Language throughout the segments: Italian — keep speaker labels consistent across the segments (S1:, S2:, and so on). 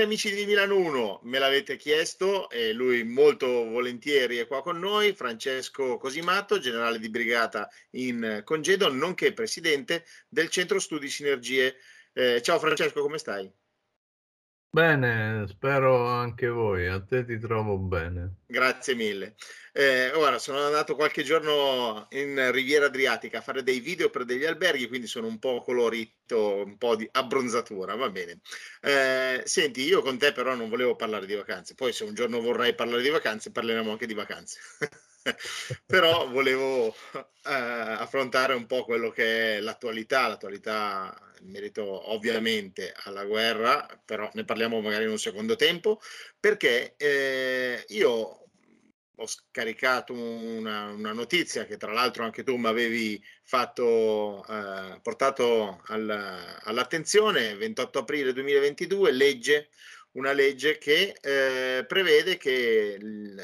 S1: amici di Milano 1, me l'avete chiesto e lui molto volentieri è qua con noi, Francesco Cosimato, generale di brigata in congedo, nonché presidente del Centro Studi Sinergie. Ciao Francesco, come stai?
S2: Bene, spero anche voi. A te ti trovo bene.
S1: Grazie mille. Ora sono andato qualche giorno in Riviera Adriatica a fare dei video per degli alberghi, quindi sono un po' colorito, un po' di abbronzatura, va bene. Senti, io con te però non volevo parlare di vacanze, poi se un giorno vorrai parlare di vacanze, parleremo anche di vacanze. Però volevo affrontare un po' quello che è l'attualità in merito ovviamente alla guerra, però ne parliamo magari in un secondo tempo perché io ho scaricato una notizia che tra l'altro anche tu m'avevi fatto portato all'attenzione, 28 aprile 2022, una legge che prevede che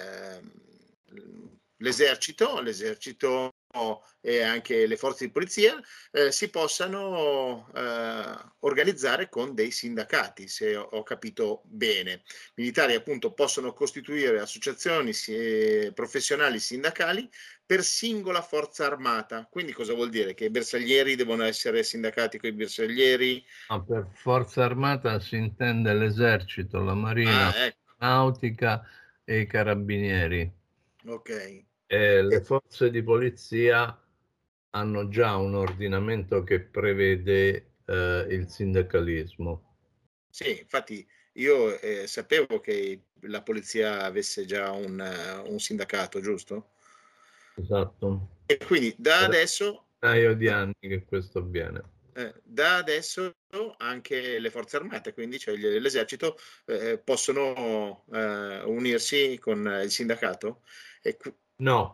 S1: l'esercito e anche le forze di polizia si possano organizzare con dei sindacati, se ho capito bene. Militari appunto possono costituire associazioni professionali sindacali per singola forza armata. Quindi cosa vuol dire? Che i bersaglieri devono essere sindacati con i bersaglieri?
S2: No, per forza armata si intende l'esercito, la marina,
S1: Ah, ecco,
S2: la nautica e i carabinieri.
S1: ok.
S2: E le
S1: E-
S2: forze di polizia hanno già un ordinamento che prevede il sindacalismo.
S1: sì, infatti io sapevo che la polizia avesse già un sindacato, giusto?
S2: Esatto.
S1: E quindi da
S2: Da un
S1: adesso,
S2: paio di
S1: da-
S2: anni che questo avviene.
S1: da adesso anche le forze armate, quindi cioè l'esercito, possono unirsi con il sindacato. E
S2: No,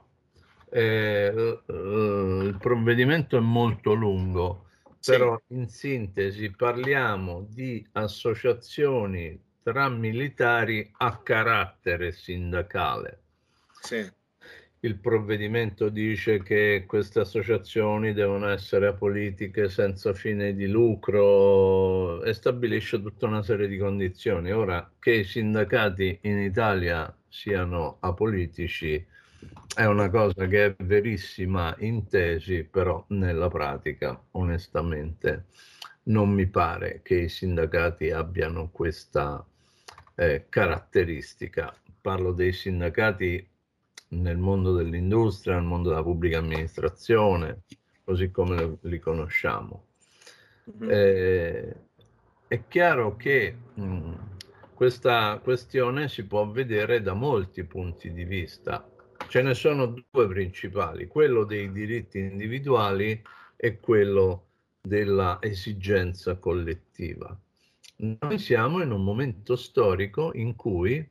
S2: il provvedimento è molto lungo,
S1: sì,
S2: però in sintesi parliamo di associazioni tra militari a carattere sindacale.
S1: sì,
S2: Il provvedimento dice che queste associazioni devono essere apolitiche, senza fine di lucro e stabilisce tutta una serie di condizioni. Ora, che i sindacati in Italia siano apolitici è una cosa che è verissima in tesi, però nella pratica, onestamente, non mi pare che i sindacati abbiano questa caratteristica. Parlo dei sindacati nel mondo dell'industria, nel mondo della pubblica amministrazione, così come li conosciamo.
S1: mhm,
S2: Eh, è chiaro che questa questione si può vedere da molti punti di vista. Ce ne sono due principali, quello dei diritti individuali e quello della esigenza collettiva. Noi siamo in un momento storico in cui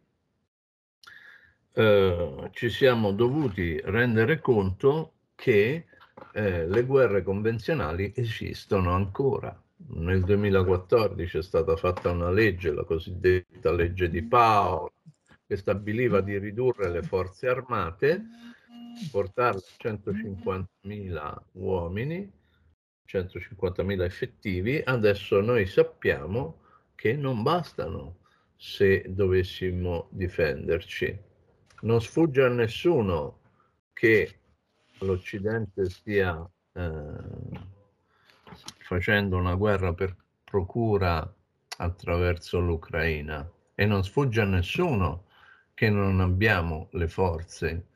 S2: ci siamo dovuti rendere conto che le guerre convenzionali esistono ancora. Nel 2014 è stata fatta una legge, la cosiddetta legge di Paola, che stabiliva di ridurre le forze armate, portarle a 150.000 uomini, 150.000 effettivi. Adesso noi sappiamo che non bastano se dovessimo difenderci. Non sfugge a nessuno che l'Occidente stia facendo una guerra per procura attraverso l'Ucraina e non sfugge a nessuno che non abbiamo le forze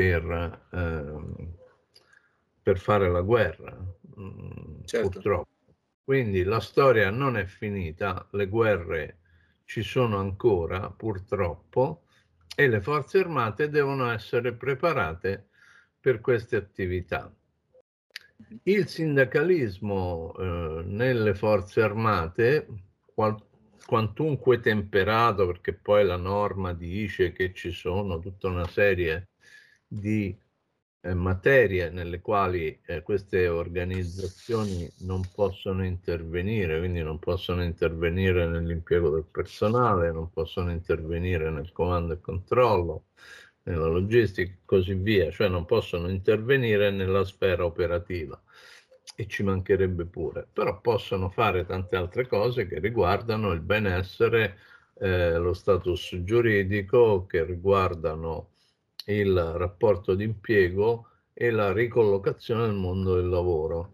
S2: per fare la guerra,
S1: certo.
S2: purtroppo. Quindi la storia non è finita, le guerre ci sono ancora, purtroppo, e le forze armate devono essere preparate per queste attività. Il sindacalismo nelle forze armate, quantunque temperato, perché poi la norma dice che ci sono tutta una serie di materie nelle quali queste organizzazioni non possono intervenire, quindi non possono intervenire nell'impiego del personale, non possono intervenire nel comando e controllo, nella logistica e così via, cioè non possono intervenire nella sfera operativa e ci mancherebbe pure, però possono fare tante altre cose che riguardano il benessere lo status giuridico, che riguardano il rapporto di impiego e la ricollocazione nel mondo del lavoro.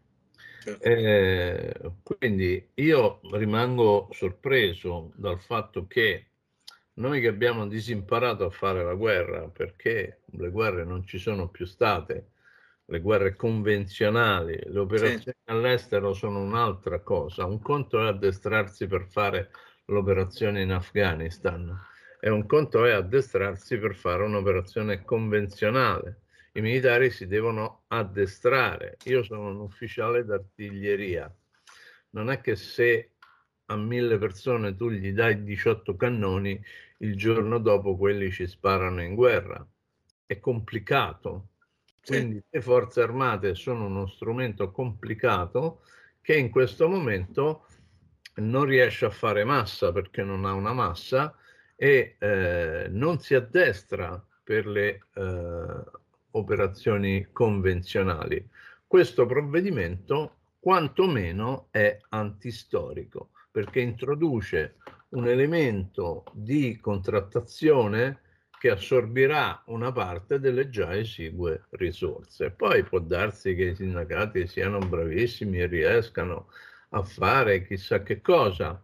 S2: Quindi io rimango sorpreso dal fatto che noi che abbiamo disimparato a fare la guerra, perché le guerre non ci sono più state, le guerre convenzionali, le operazioni all'estero sono un'altra cosa. Un conto è addestrarsi per fare l'operazione in Afghanistan e un conto è addestrarsi per fare un'operazione convenzionale. I militari si devono addestrare. Io sono un ufficiale d'artiglieria. Non è che se a 1000 persone tu gli dai 18 cannoni, il giorno dopo quelli ci sparano in guerra. È complicato. Quindi le forze armate sono uno strumento complicato che in questo momento non riesce a fare massa perché non ha una massa e non si addestra per le operazioni convenzionali. Questo provvedimento quantomeno è antistorico perché introduce un elemento di contrattazione che assorbirà una parte delle già esigue risorse. Poi può darsi che i sindacati siano bravissimi e riescano a fare chissà che cosa.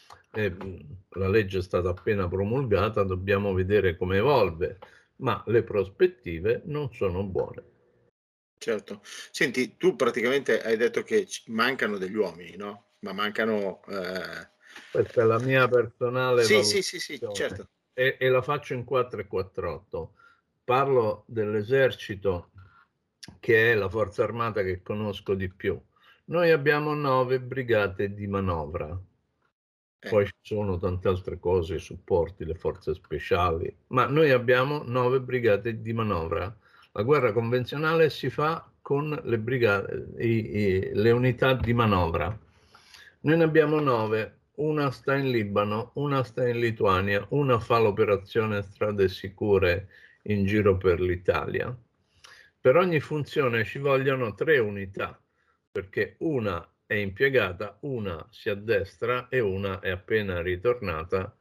S2: La legge è stata appena promulgata, dobbiamo vedere come evolve, ma le prospettive non sono buone.
S1: Certo. Senti, tu praticamente hai detto che mancano degli uomini, no? Ma mancano...
S2: Questa è la mia personale
S1: Sì,
S2: valutazione
S1: certo.
S2: e la faccio in 4 e 48. Parlo dell'esercito, che è la forza armata che conosco di più. Noi abbiamo 9 brigate di manovra. Poi ci sono tante altre cose, i supporti, le forze speciali, ma noi abbiamo 9 brigate di manovra. La guerra convenzionale si fa con le brigate, le unità di manovra. Noi ne abbiamo 9, una sta in Libano, una sta in Lituania, una fa l'operazione Strade Sicure in giro per l'Italia. Per ogni funzione ci vogliono 3 unità, perché una è impiegata, una si addestra e una è appena ritornata.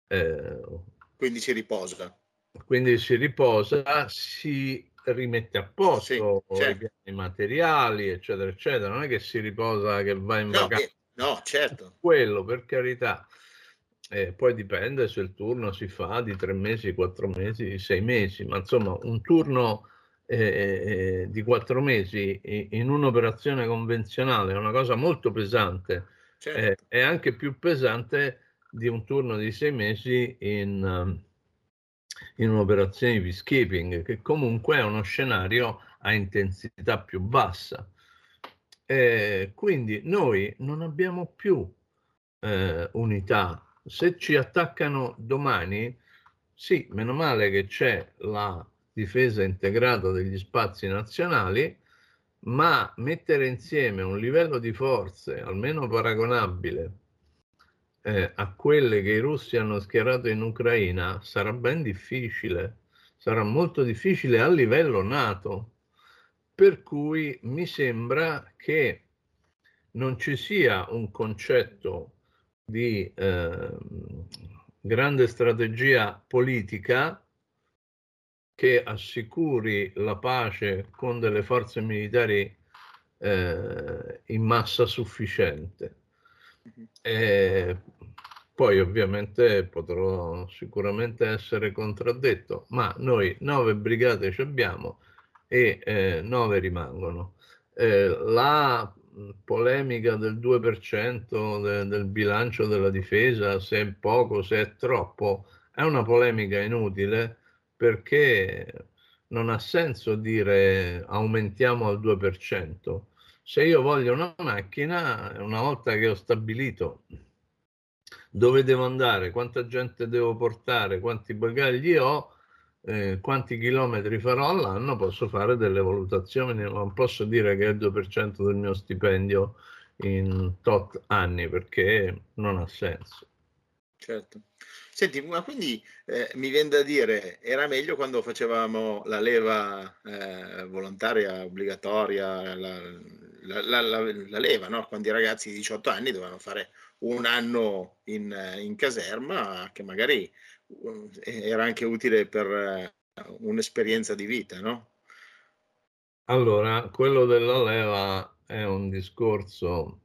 S1: Quindi si riposa.
S2: Quindi si riposa, si rimette a posto i piani materiali, eccetera, eccetera. Non è che si riposa, che va in vacanza.
S1: No, certo.
S2: Quello, per carità. Poi dipende se il turno si fa di 3 mesi, 4 mesi, 6 mesi, ma insomma un turno di 4 mesi in un'operazione convenzionale è una cosa molto pesante, è anche più pesante di un turno di 6 mesi in un'operazione di peacekeeping, che comunque è uno scenario a intensità più bassa. Quindi noi non abbiamo più unità. Se ci attaccano domani, sì, meno male che c'è la difesa integrata degli spazi nazionali, ma mettere insieme un livello di forze almeno paragonabile a quelle che i russi hanno schierato in Ucraina sarà ben difficile, sarà molto difficile a livello NATO, per cui mi sembra che non ci sia un concetto di grande strategia politica che assicuri la pace con delle forze militari in massa sufficiente. Poi ovviamente potrò sicuramente essere contraddetto, ma noi 9 brigate ci abbiamo e 9 rimangono. La polemica del 2% del bilancio della difesa, se è poco, se è troppo, è una polemica inutile, perché non ha senso dire aumentiamo al 2%. Se io voglio una macchina, una volta che ho stabilito dove devo andare, quanta gente devo portare, quanti bagagli ho, quanti chilometri farò all'anno, posso fare delle valutazioni, non posso dire che è il 2% del mio stipendio in tot anni, perché non ha senso.
S1: Certo. Senti, ma quindi mi viene da dire, era meglio quando facevamo la leva volontaria, obbligatoria, la leva, no? Quando i ragazzi di 18 anni dovevano fare un anno in caserma, che magari era anche utile per un'esperienza di vita, no?
S2: Allora, quello della leva è un discorso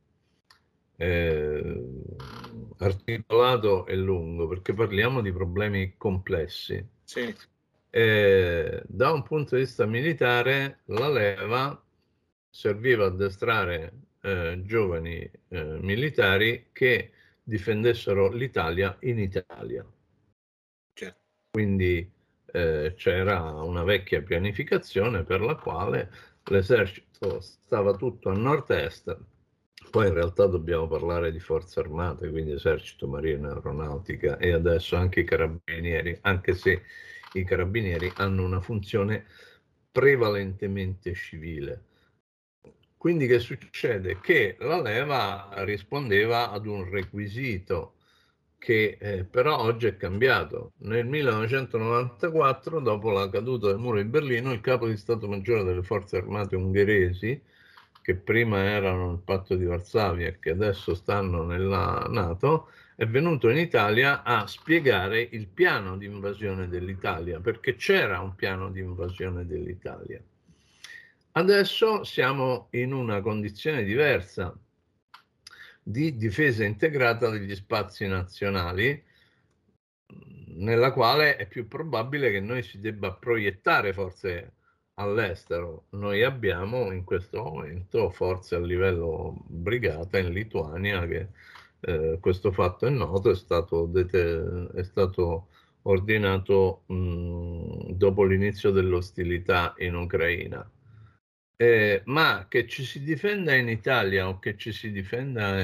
S2: articolato e lungo, perché parliamo di problemi complessi.
S1: Sì,
S2: Da un punto di vista militare, la leva serviva a addestrare giovani militari che difendessero l'Italia in Italia.
S1: certo.
S2: Quindi c'era una vecchia pianificazione per la quale l'esercito stava tutto a nord-est, poi in realtà dobbiamo parlare di forze armate, quindi esercito, marina, aeronautica e adesso anche i carabinieri, anche se i carabinieri hanno una funzione prevalentemente civile. Quindi che succede? Che la leva rispondeva ad un requisito che però oggi è cambiato. Nel 1994, dopo la caduta del muro di Berlino, il capo di Stato Maggiore delle forze armate ungheresi, che prima erano nel patto di Varsavia e che adesso stanno nella NATO, è venuto in Italia a spiegare il piano di invasione dell'Italia, perché c'era un piano di invasione dell'Italia. Adesso siamo in una condizione diversa di difesa integrata degli spazi nazionali, nella quale è più probabile che noi si debba proiettare forze all'estero. Noi abbiamo in questo momento forze a livello brigata in Lituania, che questo fatto è noto, è stato ordinato dopo l'inizio dell'ostilità in Ucraina. Ma che ci si difenda in Italia o che ci si difenda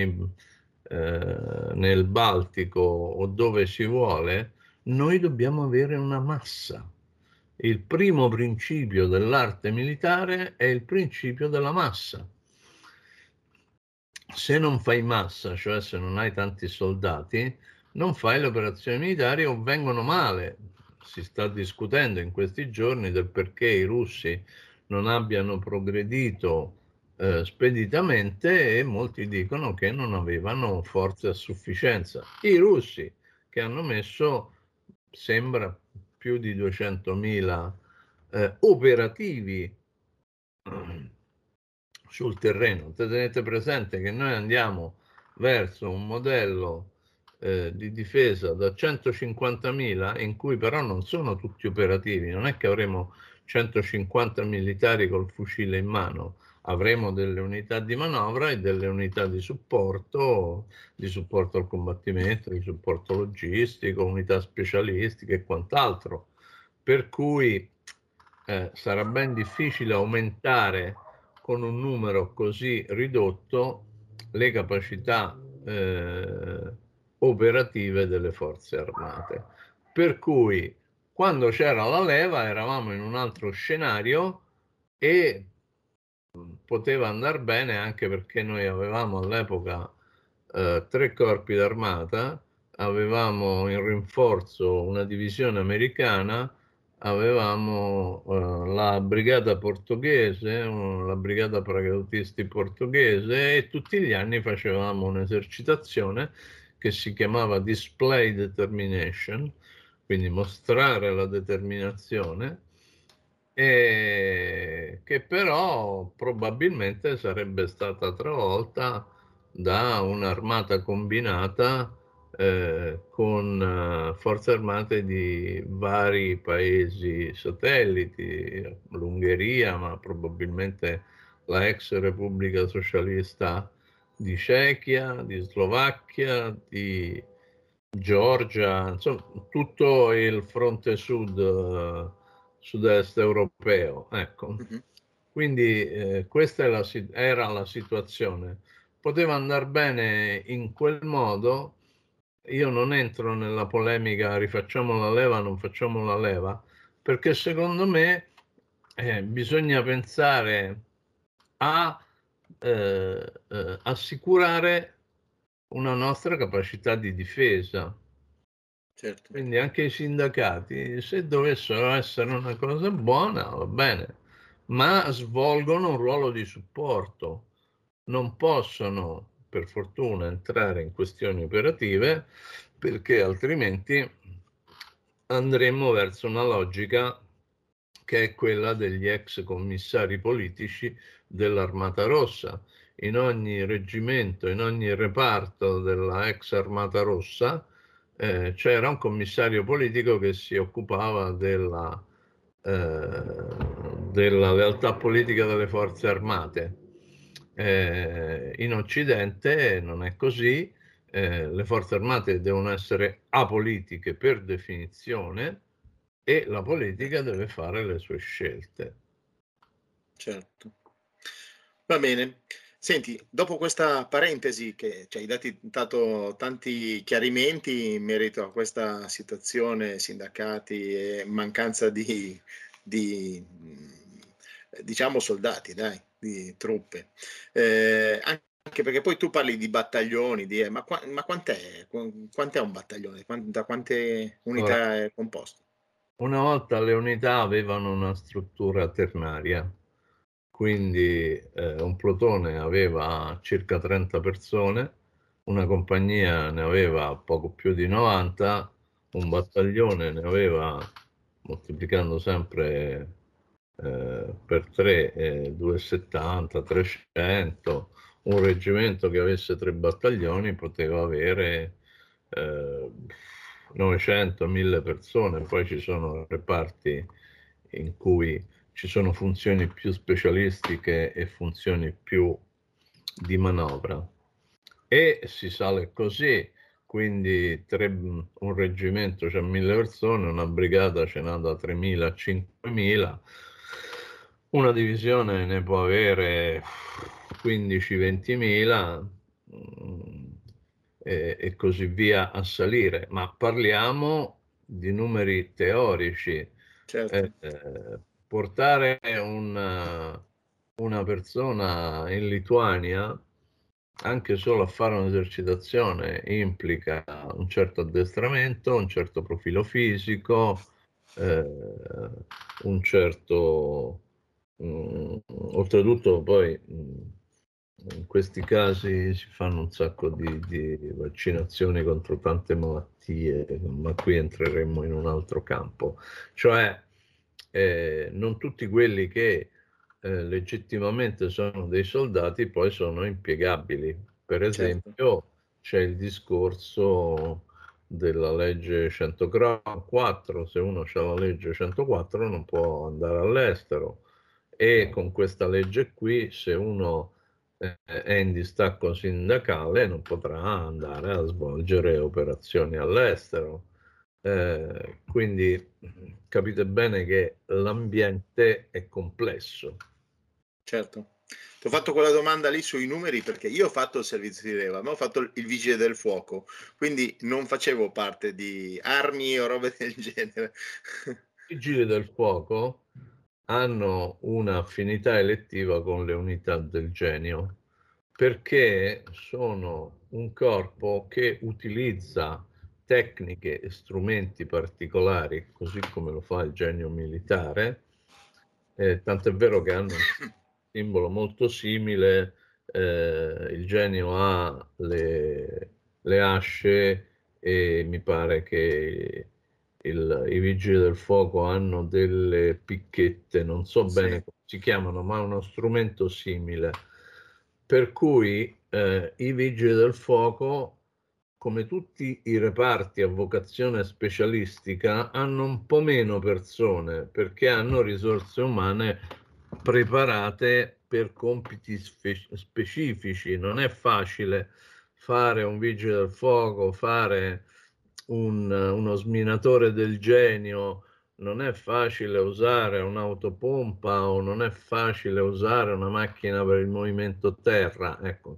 S2: nel Baltico o dove si vuole, noi dobbiamo avere una massa. Il primo principio dell'arte militare è il principio della massa. Se non fai massa, cioè se non hai tanti soldati, non fai le operazioni militari o vengono male. Si sta discutendo in questi giorni del perché i russi non abbiano progredito speditamente e molti dicono che non avevano forze a sufficienza. I russi che hanno messo, sembra, più di 200.000 operativi sul terreno. Tenete presente che noi andiamo verso un modello di difesa da 150.000 in cui però non sono tutti operativi, non è che avremo 150 militari col fucile in mano, avremo delle unità di manovra e delle unità di supporto al combattimento, di supporto logistico, unità specialistiche e quant'altro. Per cui sarà ben difficile aumentare con un numero così ridotto le capacità operative delle forze armate. Per cui quando c'era la leva eravamo in un altro scenario e poteva andare bene anche perché noi avevamo all'epoca 3 corpi d'armata, avevamo in rinforzo una divisione americana, avevamo la brigata portoghese, la brigata paracadutisti portoghese e tutti gli anni facevamo un'esercitazione che si chiamava Display Determination, quindi mostrare la determinazione, e che però probabilmente sarebbe stata travolta da un'armata combinata con forze armate di vari paesi satelliti, l'Ungheria, ma probabilmente la ex Repubblica Socialista di Cechia, di Slovacchia, di Georgia, insomma tutto il fronte sud-est europeo, ecco.
S1: Mhm.
S2: Quindi questa era la situazione. Poteva andare bene in quel modo. Io non entro nella polemica rifacciamo la leva, non facciamo la leva, perché secondo me bisogna pensare a assicurare una nostra capacità di difesa.
S1: certo.
S2: Quindi anche i sindacati, se dovessero essere una cosa buona, va bene, ma svolgono un ruolo di supporto. Non possono, per fortuna, entrare in questioni operative, perché altrimenti andremmo verso una logica che è quella degli ex commissari politici dell'Armata Rossa. In ogni reggimento, in ogni reparto della ex Armata Rossa c'era un commissario politico che si occupava della lealtà politica delle forze armate. In Occidente non è così, le forze armate devono essere apolitiche per definizione e la politica deve fare le sue scelte.
S1: Certo. Va bene. Senti, dopo questa parentesi che ci hai dato tanti chiarimenti in merito a questa situazione, sindacati e mancanza diciamo soldati dai, di truppe. Anche perché poi tu parli di battaglioni, ma quant'è un battaglione? Da quante
S2: Ora,
S1: unità è composto?
S2: una volta le unità avevano una struttura ternaria, quindi un plotone aveva circa 30 persone, una compagnia ne aveva poco più di 90, un battaglione ne aveva, moltiplicando sempre per 3, 270, 300, un reggimento che avesse 3 battaglioni poteva avere 900, 1000 persone, poi ci sono reparti in cui ci sono funzioni più specialistiche e funzioni più di manovra e si sale così, quindi un reggimento c'ha 1000 persone, una brigata ce n'ha da 3000 a 5000, una divisione ne può avere 15-20.000 e così via a salire, ma parliamo di numeri teorici.
S1: Certo,
S2: Portare una persona in Lituania anche solo a fare un'esercitazione implica un certo addestramento, un certo profilo fisico, un certo oltretutto poi in questi casi si fanno un sacco di vaccinazioni contro tante malattie, ma qui entreremmo in un altro campo. Cioè, non tutti quelli che legittimamente sono dei soldati poi sono impiegabili. Per
S1: certo,
S2: esempio, c'è il discorso della legge 104, se uno ha la legge 104 non può andare all'estero e con questa legge qui se uno è in distacco sindacale non potrà andare a svolgere operazioni all'estero. Quindi capite bene che l'ambiente è complesso.
S1: certo. Ti ho fatto quella domanda lì sui numeri perché io ho fatto il servizio di leva, ma ho fatto il vigile del fuoco, quindi non facevo parte di armi o robe del genere.
S2: I vigili del fuoco hanno un'affinità elettiva con le unità del Genio perché sono un corpo che utilizza tecniche e strumenti particolari, così come lo fa il Genio militare, tant'è vero che hanno un simbolo molto simile, il Genio ha le asce e mi pare che i vigili del fuoco hanno delle picchette, non so
S1: Sì,
S2: bene come si chiamano, ma è uno strumento simile. Per cui i vigili del fuoco, come tutti i reparti a vocazione specialistica, hanno un po' meno persone perché hanno risorse umane preparate per compiti specifici. Non è facile fare un vigile del fuoco, fare uno sminatore del Genio, non è facile usare un'autopompa o non è facile usare una macchina per il movimento terra, ecco,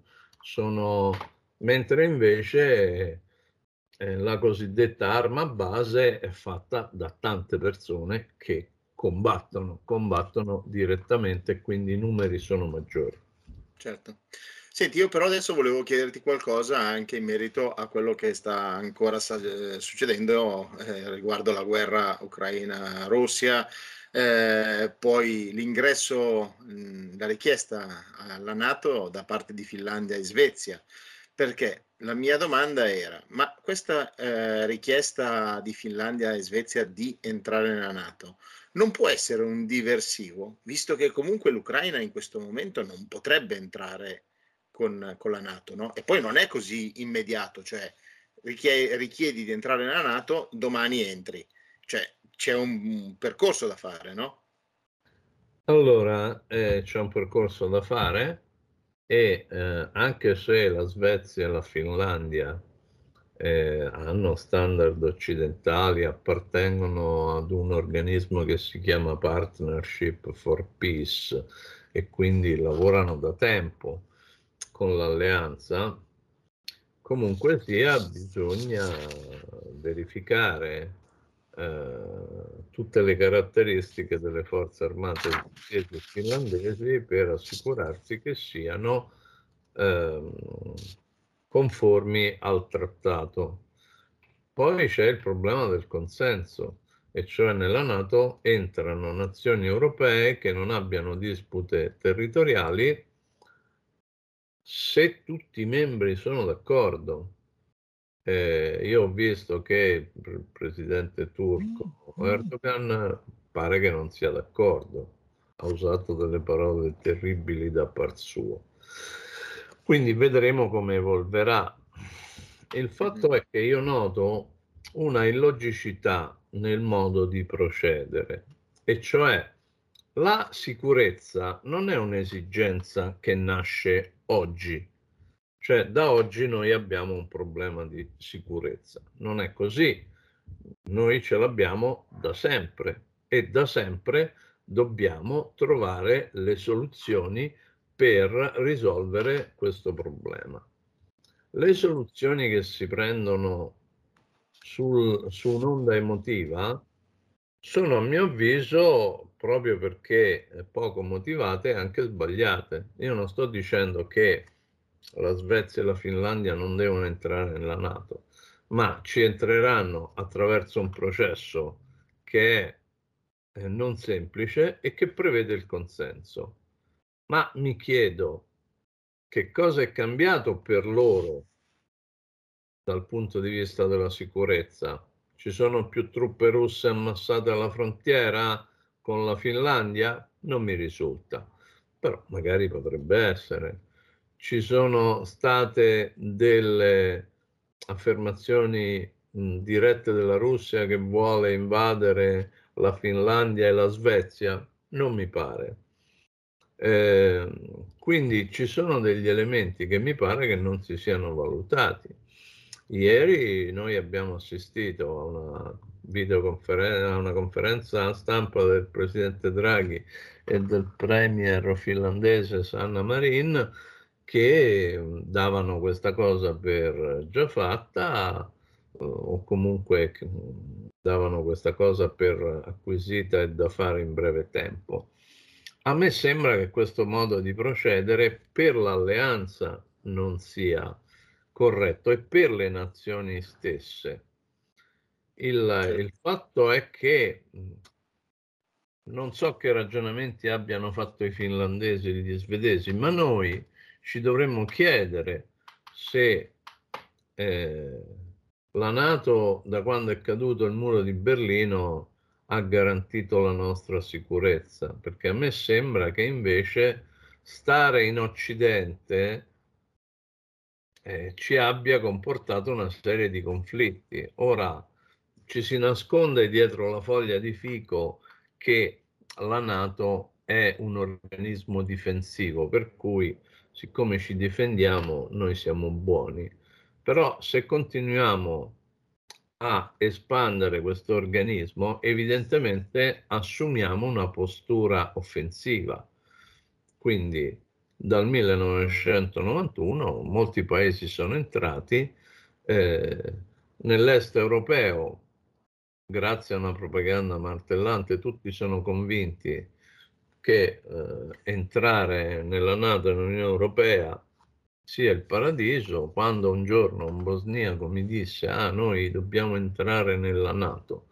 S2: mentre invece la cosiddetta arma base è fatta da tante persone che combattono direttamente e quindi i numeri sono maggiori.
S1: certo. Senti, io però adesso volevo chiederti qualcosa anche in merito a quello che sta ancora succedendo, riguardo la guerra Ucraina-Russia, poi l'ingresso, la richiesta alla NATO da parte di Finlandia e Svezia. Perché la mia domanda era: ma questa, richiesta di Finlandia e Svezia di entrare nella NATO non può essere un diversivo, visto che comunque l'Ucraina in questo momento non potrebbe entrare con la NATO, no, e poi non è così immediato, cioè richiedi di entrare nella NATO, domani entri. Cioè c'è un percorso da fare, no?
S2: Allora, c'è un percorso da fare e, anche se la Svezia e la Finlandia, hanno standard occidentali, appartengono ad un organismo che si chiama Partnership for Peace e quindi lavorano da tempo con l'alleanza, comunque sia bisogna verificare tutte le caratteristiche delle forze armate svedesi e finlandesi per assicurarsi che siano ehm, conformi al trattato. Poi c'è il problema del consenso, e cioè nella NATO entrano nazioni europee che non abbiano dispute territoriali se tutti i membri sono d'accordo. Io ho visto che il presidente turco Erdogan pare che non sia d'accordo, ha usato delle parole terribili da par suo. Quindi vedremo come evolverà. Il
S1: Mh-mh.
S2: fatto è che io noto una illogicità nel modo di procedere, e cioè la sicurezza non è un'esigenza che nasce oggi, cioè da oggi noi abbiamo un problema di sicurezza. Non è così. Noi ce l'abbiamo da sempre e da sempre dobbiamo trovare le soluzioni per risolvere questo problema. Le soluzioni che si prendono su un'onda emotiva sono, a mio avviso, proprio perché poco motivate, anche sbagliate. Io non sto dicendo che la Svezia e la Finlandia non devono entrare nella NATO, ma ci entreranno attraverso un processo che è non semplice e che prevede il consenso. Ma mi chiedo che cosa è cambiato per loro dal punto di vista della sicurezza. Ci sono più truppe russe ammassate alla frontiera con la Finlandia? Non mi risulta, però magari potrebbe essere. Ci sono state delle affermazioni dirette della Russia che vuole invadere la Finlandia e la Svezia? Non mi pare. Quindi ci sono degli elementi che mi pare che non si siano valutati. Ieri noi abbiamo assistito a a una conferenza stampa del presidente Draghi e del premier finlandese Sanna Marin, che davano questa cosa per già fatta, o comunque davano questa cosa per acquisita e da fare in breve tempo. A me sembra che questo modo di procedere per l'alleanza non sia corretto e per le nazioni stesse. Il
S1: Certo.
S2: fatto è che non so che ragionamenti abbiano fatto i finlandesi e gli svedesi, ma noi ci dovremmo chiedere se la NATO, da quando è caduto il muro di Berlino, ha garantito la nostra sicurezza, perché a me sembra che invece stare in Occidente ci abbia comportato una serie di conflitti. Ora ci si nasconde dietro la foglia di fico che la NATO è un organismo difensivo, per cui siccome ci difendiamo noi siamo buoni. Però se continuiamo a espandere questo organismo, evidentemente assumiamo una postura offensiva. Quindi dal 1991 molti paesi sono entrati, nell'est europeo, grazie a una propaganda martellante, tutti sono convinti che entrare nella NATO e nell'Unione Europea sia il paradiso. Quando un giorno un bosniaco mi disse: noi dobbiamo entrare nella NATO,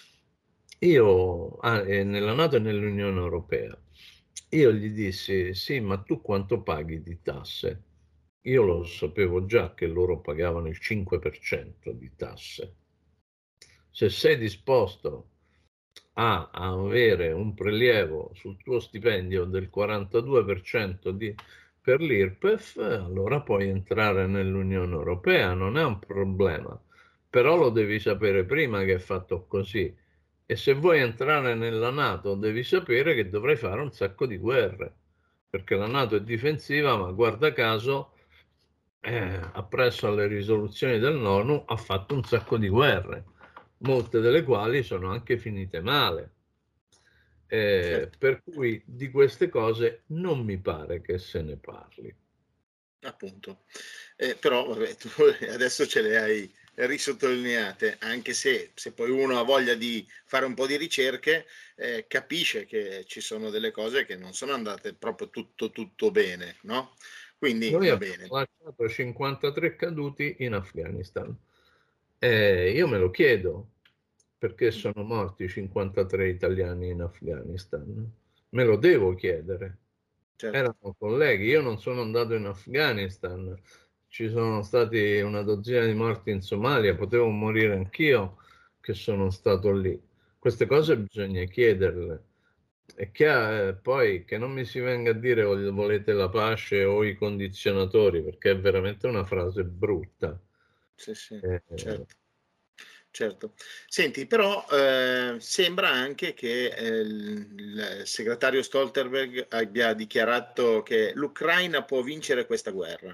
S2: nella NATO e nell'Unione Europea, io gli dissi: sì, ma tu quanto paghi di tasse? Io lo sapevo già che loro pagavano il 5% di tasse. Se sei disposto a avere un prelievo sul tuo stipendio del 42% per l'IRPEF, allora puoi entrare nell'Unione Europea, non è un problema, però lo devi sapere prima che è fatto così. E se vuoi entrare nella NATO devi sapere che dovrai fare un sacco di guerre, perché la NATO è difensiva, ma guarda caso, appresso alle risoluzioni dell'ONU ha fatto un sacco di guerre, molte delle quali sono anche finite male.
S1: Certo.
S2: Per cui di queste cose non mi pare che se ne parli.
S1: Appunto. Però vabbè, tu adesso ce le hai risottolineate, anche se poi uno ha voglia di fare un po' di ricerche, capisce che ci sono delle cose che non sono andate proprio tutto bene, no, quindi
S2: Noi
S1: va
S2: abbiamo
S1: bene.
S2: lasciato 53 caduti in Afghanistan. Io me lo chiedo, perché sono morti 53 italiani in Afghanistan? Me lo devo chiedere.
S1: Certo.
S2: Erano colleghi, io non sono andato in Afghanistan, ci sono stati una dozzina di morti in Somalia, potevo morire anch'io che sono stato lì. Queste cose bisogna chiederle. È chiaro, poi che non mi si venga a dire volete la pace o i condizionatori, perché è veramente una frase brutta.
S1: Sì, sì,
S2: Eh,
S1: certo. Certo. Senti, però sembra anche che il segretario Stoltenberg abbia dichiarato che l'Ucraina può vincere questa guerra.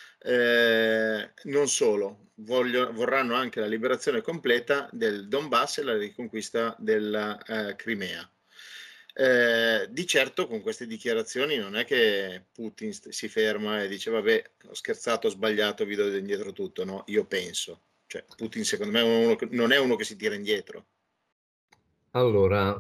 S1: Non solo, vorranno anche la liberazione completa del Donbass e la riconquista della Crimea. Di certo con queste dichiarazioni non è che Putin si ferma e dice vabbè, ho scherzato, ho sbagliato, vi do indietro tutto, no? Io penso. Cioè, Putin secondo me non è uno che si tira indietro.
S2: allora,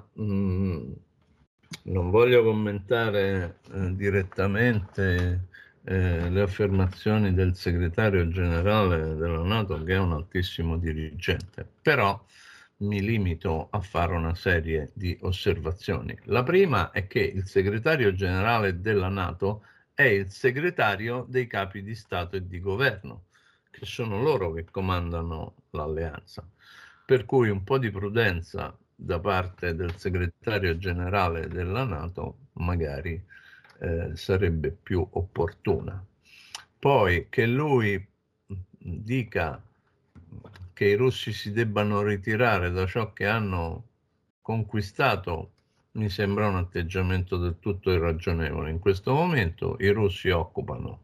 S2: non voglio commentare direttamente le affermazioni del segretario generale della NATO, che è un altissimo dirigente, però mi limito a fare una serie di osservazioni. La prima è che il segretario generale della NATO è il segretario dei capi di Stato e di governo, che sono loro che comandano l'alleanza. Per cui un po' di prudenza da parte del segretario generale della NATO magari sarebbe più opportuna. Poi che lui dica che i russi si debbano ritirare da ciò che hanno conquistato mi sembra un atteggiamento del tutto irragionevole. In questo momento i russi occupano,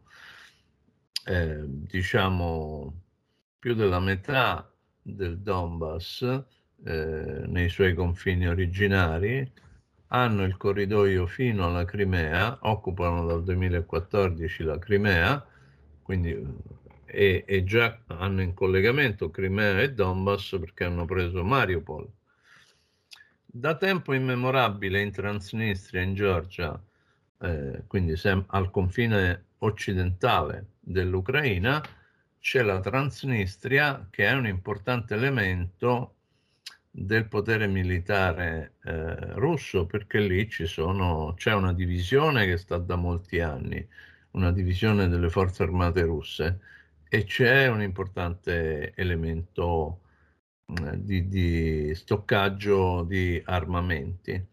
S2: diciamo, più della metà del Donbass nei suoi confini originari, hanno il corridoio fino alla Crimea, occupano dal 2014 la Crimea, quindi e già hanno in collegamento Crimea e Donbass perché hanno preso Mariupol. Da tempo immemorabile in Transnistria, in Georgia, quindi al confine occidentale dell'Ucraina, c'è la Transnistria che è un importante elemento del potere militare russo, perché lì c'è una divisione che sta da molti anni, una divisione delle forze armate russe, e c'è un importante elemento di stoccaggio di armamenti.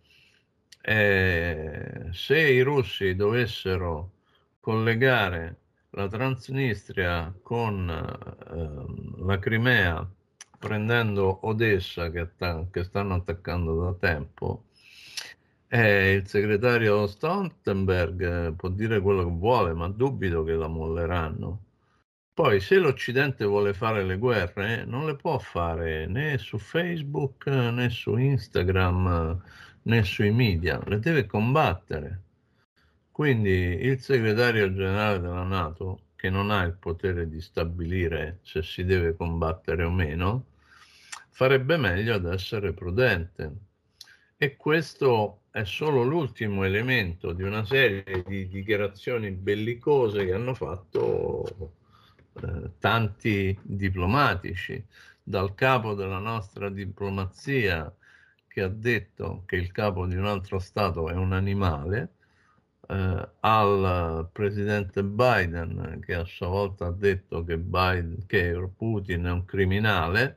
S2: Se i russi dovessero collegare la Transnistria con la Crimea, prendendo Odessa che stanno attaccando da tempo, il segretario Stoltenberg può dire quello che vuole, ma dubito che la molleranno. Poi, se l'Occidente vuole fare le guerre, non le può fare né su Facebook, né su Instagram, né sui media, le deve combattere. Quindi il segretario generale della NATO, che non ha il potere di stabilire se si deve combattere o meno, farebbe meglio ad essere prudente. E questo è solo l'ultimo elemento di una serie di dichiarazioni bellicose che hanno fatto tanti diplomatici, dal capo della nostra diplomazia che ha detto che il capo di un altro Stato è un animale, al presidente Biden che a sua volta ha detto che Putin è un criminale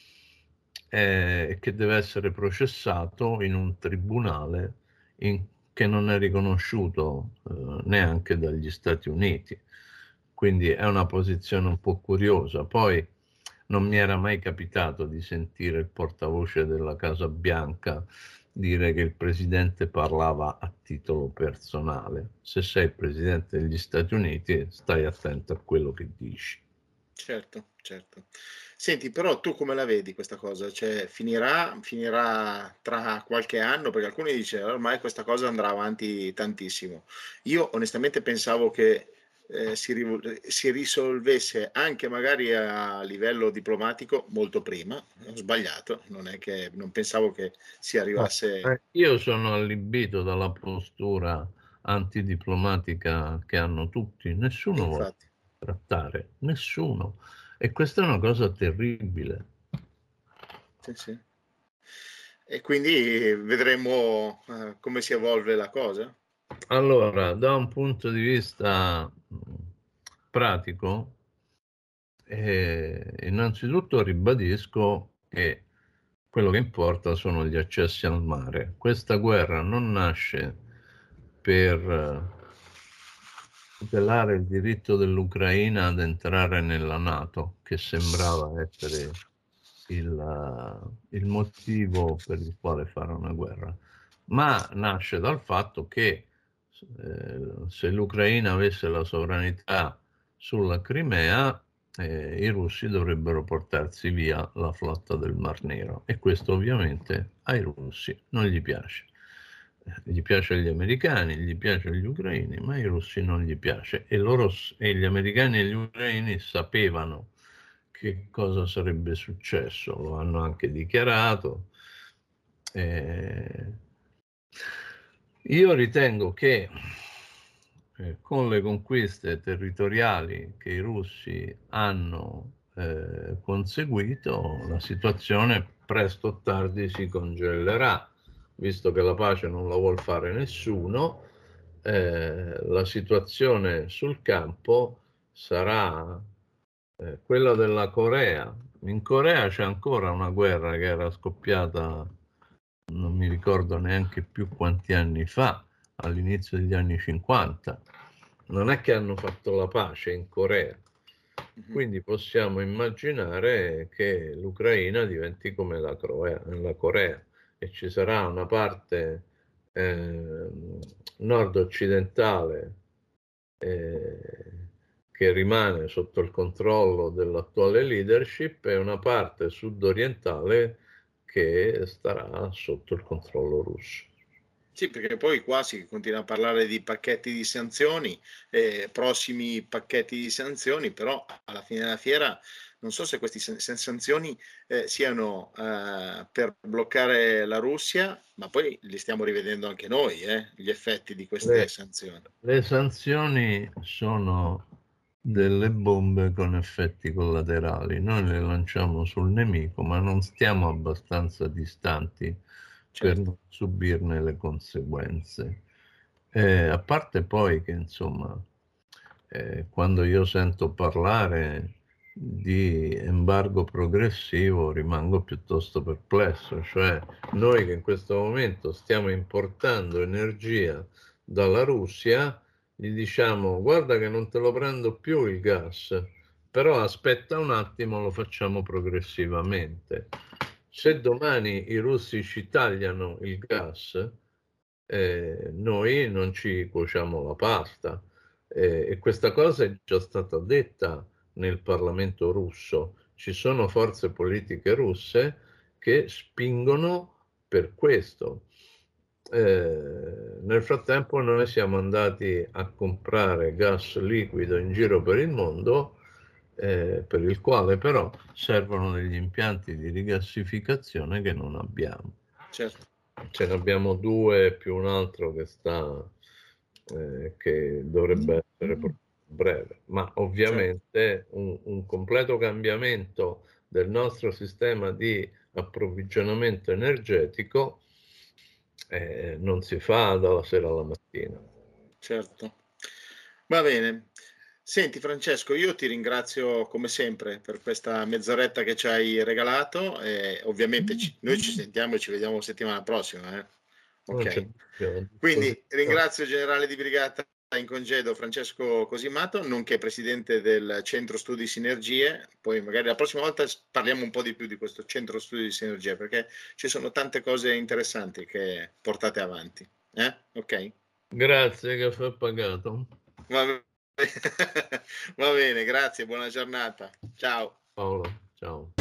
S2: e che deve essere processato in un tribunale che non è riconosciuto neanche dagli Stati Uniti. Quindi è una posizione un po' curiosa. Poi non mi era mai capitato di sentire il portavoce della Casa Bianca dire che il presidente parlava a titolo personale. Se sei il presidente degli Stati Uniti, stai attento a quello che dici.
S1: Certo, certo. Senti, però tu come la vedi questa cosa? Cioè, finirà tra qualche anno? Perché alcuni dicono ormai questa cosa andrà avanti tantissimo. Io onestamente pensavo che si risolvesse anche magari a livello diplomatico molto prima. Ho sbagliato, non è che non pensavo che si
S2: No,
S1: arrivasse.
S2: io sono allibito dalla postura antidiplomatica che hanno tutti. Nessuno vuole
S1: Infatti,
S2: trattare, nessuno. E questa è una cosa terribile.
S1: sì, sì. E quindi vedremo come si evolve la cosa.
S2: Allora, da un punto di vista pratico, innanzitutto ribadisco che quello che importa sono gli accessi al mare. Questa guerra non nasce per tutelare il diritto dell'Ucraina ad entrare nella NATO, che sembrava essere il motivo per il quale fare una guerra, ma nasce dal fatto che se l'Ucraina avesse la sovranità sulla Crimea, i russi dovrebbero portarsi via la flotta del Mar Nero e questo ovviamente ai russi non gli piace. Gli piace agli americani, gli piace agli ucraini, ma ai russi non gli piace e gli americani e gli ucraini sapevano che cosa sarebbe successo, lo hanno anche dichiarato. Io ritengo che con le conquiste territoriali che i russi hanno conseguito, la situazione presto o tardi si congelerà, visto che la pace non la vuol fare nessuno. La situazione sul campo sarà quella della Corea. In Corea c'è ancora una guerra che era scoppiata, non mi ricordo neanche più quanti anni fa, all'inizio degli anni 50. Non è che hanno fatto la pace in Corea. Quindi possiamo immaginare che l'Ucraina diventi come la Corea e ci sarà una parte nord-occidentale che rimane sotto il controllo dell'attuale leadership e una parte sud-orientale che starà sotto il controllo russo.
S1: Sì, perché poi qua si continua a parlare di pacchetti di sanzioni, prossimi pacchetti di sanzioni, però alla fine della fiera non so se queste sanzioni siano per bloccare la Russia, ma poi li stiamo rivedendo anche noi, gli effetti di queste sanzioni.
S2: Le sanzioni sono delle bombe con effetti collaterali. Noi le lanciamo sul nemico, ma non stiamo abbastanza distanti per
S1: Certo.
S2: non subirne le conseguenze. A parte poi che, insomma, quando io sento parlare di embargo progressivo rimango piuttosto perplesso, cioè noi che in questo momento stiamo importando energia dalla Russia, gli diciamo guarda che non te lo prendo più il gas, però aspetta un attimo, lo facciamo progressivamente. Se domani i russi ci tagliano il gas, noi non ci cuociamo la pasta. E questa cosa è già stata detta nel Parlamento russo. Ci sono forze politiche russe che spingono per questo. Nel frattempo noi siamo andati a comprare gas liquido in giro per il mondo, per il quale però servono degli impianti di rigassificazione che non abbiamo.
S1: Certo.
S2: ce ne abbiamo 2 più un altro che sta che dovrebbe essere breve, ma ovviamente un completo cambiamento del nostro sistema di approvvigionamento energetico non si fa dalla sera alla mattina.
S1: Certo. Va bene. Senti Francesco, io ti ringrazio come sempre per questa mezz'oretta che ci hai regalato e ovviamente noi ci sentiamo e ci vediamo settimana prossima,
S2: Non c'è
S1: Ok.
S2: dubbio, a
S1: Quindi
S2: disposizione.
S1: ringrazio il generale di brigata in congedo Francesco Cosimato, nonché presidente del Centro Studi Sinergie. Poi magari la prossima volta parliamo un po' di più di questo Centro Studi di Sinergie, perché ci sono tante cose interessanti che portate avanti. Ok?
S2: Grazie, caffè pagato.
S1: Va bene. Va bene, grazie, buona giornata. Ciao.
S2: Paolo, ciao.